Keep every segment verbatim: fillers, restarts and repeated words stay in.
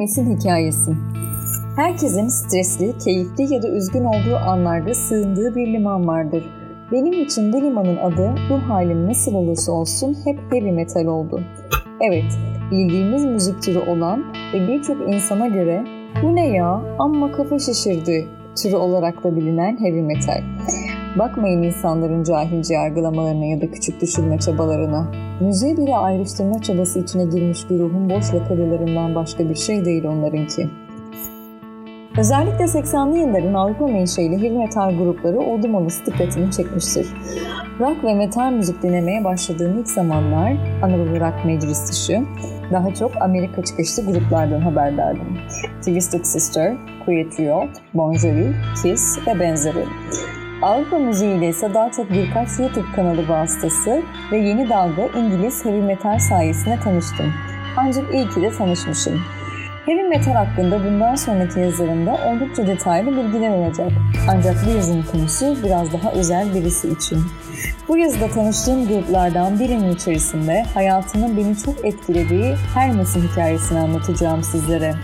Hermes'in hikayesi. Herkesin stresli, keyifli ya da üzgün olduğu anlarda sığındığı bir liman vardır. Benim için bu limanın adı ruh halim nasıl olursa olsun hep heavy metal oldu. Evet, bildiğimiz müzik türü olan ve birçok insana göre bu ne ya amma kafa şişirdi türü olarak da bilinen heavy metal. Bakmayın insanların cahilce yargılamalarına ya da küçük düşürme çabalarına. Müziği bile ayrıştırma çabası içine girmiş bir ruhun boş yakalalarından başka bir şey değil onlarınki. Özellikle seksenli yılların Avrupa menşeli heavy metal grupları oldum olası dikkatimi çekmiştir. Rock ve metal müzik dinlemeye başladığım ilk zamanlar Anadolu Rock meclis dışı daha çok Amerika çıkışlı gruplardan haberdardım. Twisted Sister, Quiet Riot, Bon Jovi, Kiss ve benzeri. Avrupa müziğiyle ise daha çok birkaç YouTube kanalı vasıtası ve yeni dalga İngiliz heavy metal sayesinde tanıştım. Ancak iyi ki de tanışmışım. Heavy metal hakkında bundan sonraki yazılarımda oldukça detaylı bilgiler olacak. Ancak bu yazının konusu biraz daha özel birisi için. Bu yazıda tanıştığım gruplardan birinin içerisinde hayatımın beni çok etkilediği Hermes'in hikayesini anlatacağım sizlere.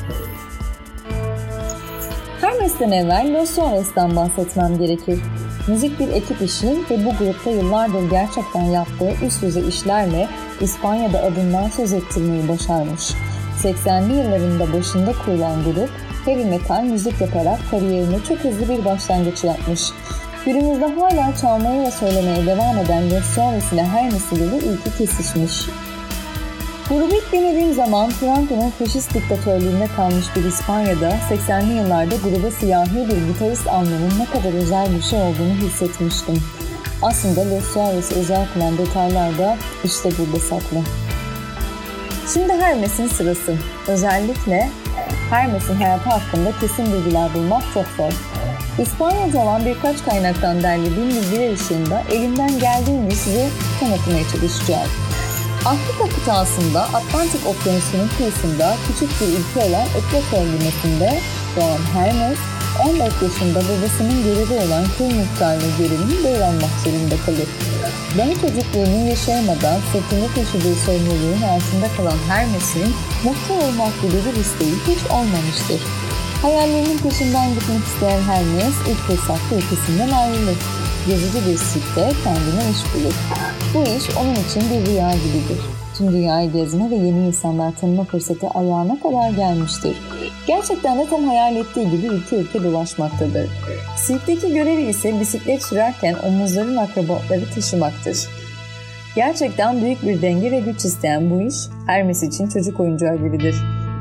Hermes'ten evvel Los Suares'ten bahsetmem gerekir. Müzik bir ekip işi ve bu grupta yıllardır gerçekten yaptığı üst düzey işlerle İspanya'da adından söz ettirmeyi başarmış. seksenli yıllarında başında kurulan grup, heavy metal müzik yaparak kariyerine çok hızlı bir başlangıç yapmış. Günümüzde hala çalmaya ve söylemeye devam eden Los Suares ile Hermes ile ilki kesişmiş. Grubu ilk dinlediğim zaman Franco'nun faşist diktatörlüğünde kalmış bir İspanya'da seksenli yıllarda gruba siyahi bir gitarist almanın ne kadar özel bir şey olduğunu hissetmiştim. Aslında Los Suares'i özel kılan detaylar da işte burada saklı. Şimdi Hermes'in sırası. Özellikle Hermes'in hayatı hakkında kesin bilgiler bulmak çok zor. İspanyolca olan birkaç kaynaktan derlediğim bilgiler ışığında elimden geldiğince size tanıtmaya çalışacağım. Afrika kıtasında Atlantik Okyanusu'nun kıyısında küçük bir ülke olan Ekvator limanında doğan Hermes, on dört yaşında babasının görevi olan köy muhtarlığı görevini devralmak zorunda kalır. Daha çocukluğunu yaşayamadan sırtında taşıdığı sorumluluğun altında kalan Hermes'in muhtar olmak gibi bir isteği hiç olmamıştır. Hayallerinin peşinden gitmek isteyen Hermes ilk fırsatta ülkesinden ayrılır. Yazıcı bir sirkte kendine iş bulur. Bu iş onun için bir rüya gibidir. Tüm dünyayı gezme ve yeni insanlar tanıma fırsatı ayağına kadar gelmiştir. Gerçekten de tam hayal ettiği gibi ülke ülke dolaşmaktadır. Sirkteki görevi ise bisiklet sürerken omuzların akrobatları taşımaktır. Gerçekten büyük bir denge ve güç isteyen bu iş Hermes için çocuk oyuncağı gibidir.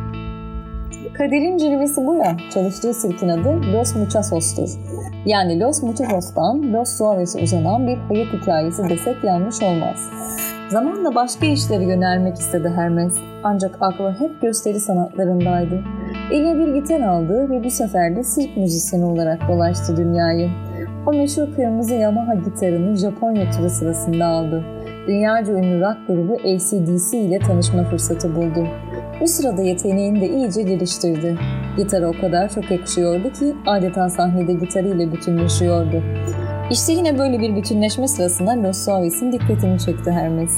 Kaderin cilvesi bu ya, çalıştığı sirkin adı Los Muchachos'tur. Yani Los Muchachos'tan Los Suares'e uzanan bir hayat hikayesi desek yanlış olmaz. Zamanla başka işlere yönelmek istedi Hermes, ancak aklı hep gösteri sanatlarındaydı. Eline bir gitar aldı ve bu sefer de sirk müzisyeni olarak dolaştı dünyayı. O meşhur kırmızı Yamaha gitarını Japonya turu sırasında aldı. Dünyaca ünlü rock grubu A C D C ile tanışma fırsatı buldu. Bu sırada yeteneğini de iyice geliştirdi. Gitara o kadar çok yakışıyordu ki adeta sahnede gitarıyla bütünleşiyordu. İşte yine böyle bir bütünleşme sırasında Los Suares'in dikkatini çekti Hermes.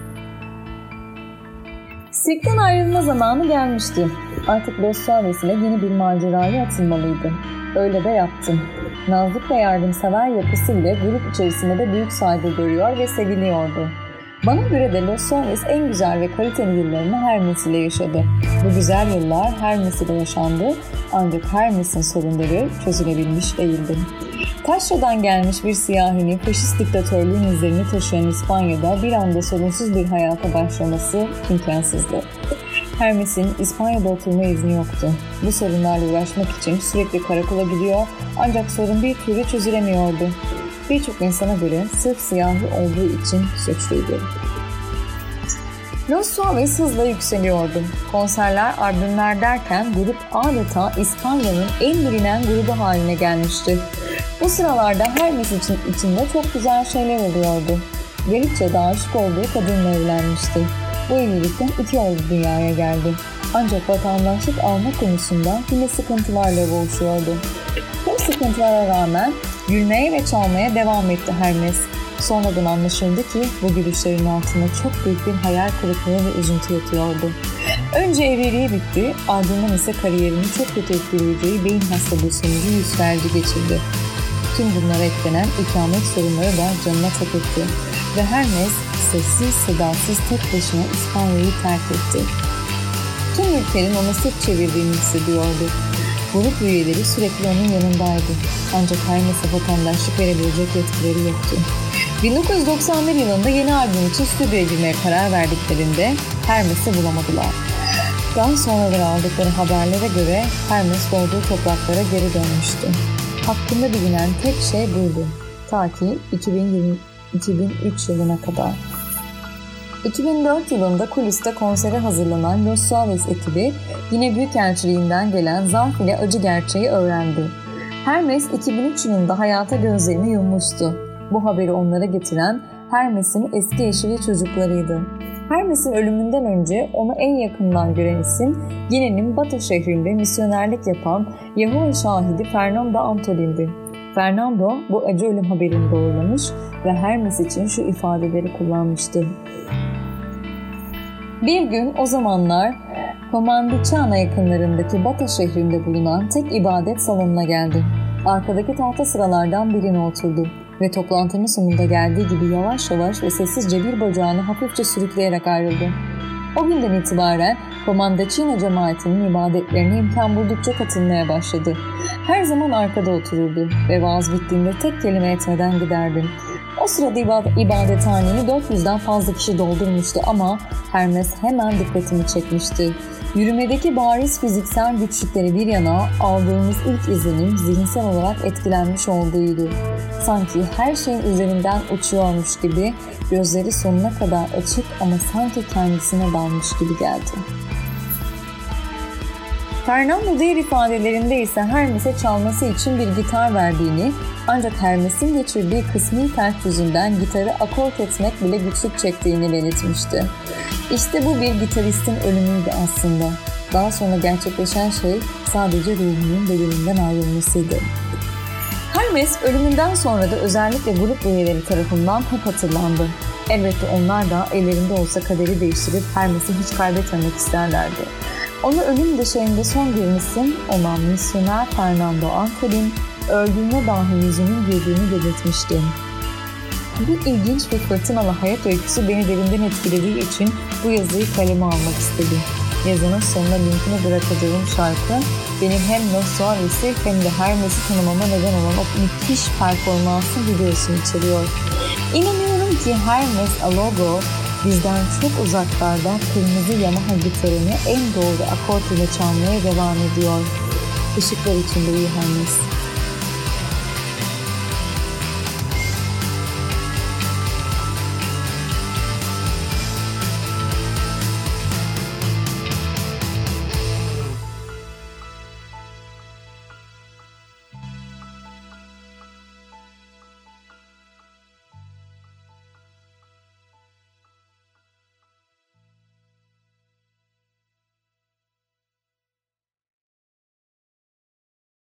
Sirkten ayrılma zamanı gelmişti. Artık Los Suares ile yeni bir maceraya atılmalıydı. Öyle de yaptım. Nazlık ve yardımsever yapısıyla grup içerisinde de büyük saygı görüyor ve seviliyordu. Bana göre de Los Suares en güzel ve kaliteli yıllarını Hermes ile yaşadı. Bu güzel yıllar Hermes ile yaşandı, ancak Hermes'in sorunları çözülebilmiş değildi. Taşra'dan gelmiş bir siyahinin faşist diktatörlüğün izlerini taşıyan İspanya'da bir anda sorunsuz bir hayata başlaması imkansızdı. Hermes'in İspanya'da oturma izni yoktu. Bu sorunlarla uğraşmak için sürekli karakola gidiyor, ancak sorun bir türlü çözülemiyordu. Birçok insana göre sırf siyahi olduğu için suçluydu. Los Suares hızla yükseliyordu. Konserler, albümler derken grup adeta İspanya'nın en bilinen grubu haline gelmişti. Bu sıralarda Hermes için içinde çok güzel şeyler oluyordu. Galiçe'de aşık olduğu kadınla evlenmişti. Bu evlilikten iki oğlu dünyaya geldi. Ancak vatandaşlık alma konusunda yine sıkıntılarla boğuşuyordu. Tüm sıkıntılara rağmen gülmeye ve çalmaya devam etti Hermes. Sonradan anlaşıldı ki bu gülüşlerin altında çok büyük bir hayal kırıklığı ve üzüntü yatıyordu. Önce evliliği bitti, ardından ise kariyerini çok kötü etkileyeceği beyin hastalığı sonucu yüz felci geçirdi. Tüm bunlara eklenen ikamet sorunları da canına tak etti ve Hermes sessiz sedasız tek başına İspanya'yı terk etti. Tüm ülkenin ona sırt çevirdiğini hissediyordu. Grup üyeleri sürekli onun yanındaydı. Ancak Hermes'e vatandaşlık verebilecek yetkileri yoktu. bin dokuz yüz doksan bir yılında yeni albüm için stüdyoya girmeye karar verdiklerinde Hermes'i bulamadılar. Daha sonraları aldıkları haberlere göre Hermes doğduğu topraklara geri dönmüştü. Hakkında bilinen tek şey buydu. Ta ki iki bin yirmi, iki bin üç yılına kadar. iki bin dört yılında kuliste konsere hazırlanan Los Suaves ekibi yine Büyükelçiliğinden gelen zarf ile acı gerçeği öğrendi. Hermes iki bin üç yılında hayata gözlerini yummuştu. Bu haberi onlara getiren Hermes'in eski eşi ve çocuklarıydı. Hermes'in ölümünden önce onu en yakından gören isim Gine'nin Bata şehrinde misyonerlik yapan Yahova şahidi Fernando Antolin'di. Fernando bu acı ölüm haberini doğrulamış ve Hermes için şu ifadeleri kullanmıştı. Bir gün o zamanlar Comandiciana yakınlarındaki Bata şehrinde bulunan tek ibadet salonuna geldi. Arkadaki tahta sıralardan birine oturdu ve toplantının sonunda geldiği gibi yavaş yavaş ve sessizce bir bacağını hafifçe sürükleyerek ayrıldı. O günden itibaren Comandiciana cemaatinin ibadetlerine imkan buldukça katılmaya başladı. Her zaman arkada otururdu ve vaaz bittiğinde tek kelime etmeden giderdi. O sırada ibadethaneyi dört yüzden fazla kişi doldurmuştu ama Hermes hemen dikkatimi çekmişti. Yürümedeki bariz fiziksel güçlükleri bir yana aldığımız ilk izlenim zihinsel olarak etkilenmiş olduğuydu. Sanki her şeyin üzerinden uçuyormuş gibi gözleri sonuna kadar açık ama sanki kendisine dalmış gibi geldi. Fernando diğer ifadelerinde ise Hermes'e çalması için bir gitar verdiğini, ancak Hermes'in geçirdiği kısmi felç yüzünden gitarı akort etmek bile güçlük çektiğini belirtmişti. İşte bu bir gitaristin ölümüydü aslında. Daha sonra gerçekleşen şey sadece ruhunun bedeninden ayrılmasıydı. Hermes ölümünden sonra da özellikle grup üyeleri tarafından hep hatırlandı. Elbette onlar da ellerinde olsa kaderi değiştirip Hermes'i hiç kaybetmemek isterlerdi. Onu ölüm döşeğinde son bir isim olan misyoner Fernando Antolin, öldüğüne dahi yüzünün güldüğünü belirtmişti. Bu ilginç ve fırtınalı hayat öyküsü beni derinden etkilediği için bu yazıyı kaleme almak istedim. Yazının sonuna linkini bırakacağım şarkı, benim hem Los Suaves'i hem de Hermes'i tanımama neden olan o müthiş performansın videosunu içeriyor. İnanıyorum ki Hermes Alogo bizden çok uzaklarda kırmızı Yamaha gitarını en doğru akort ile çalmaya devam ediyor. Işıklar içinde iyi Hermes.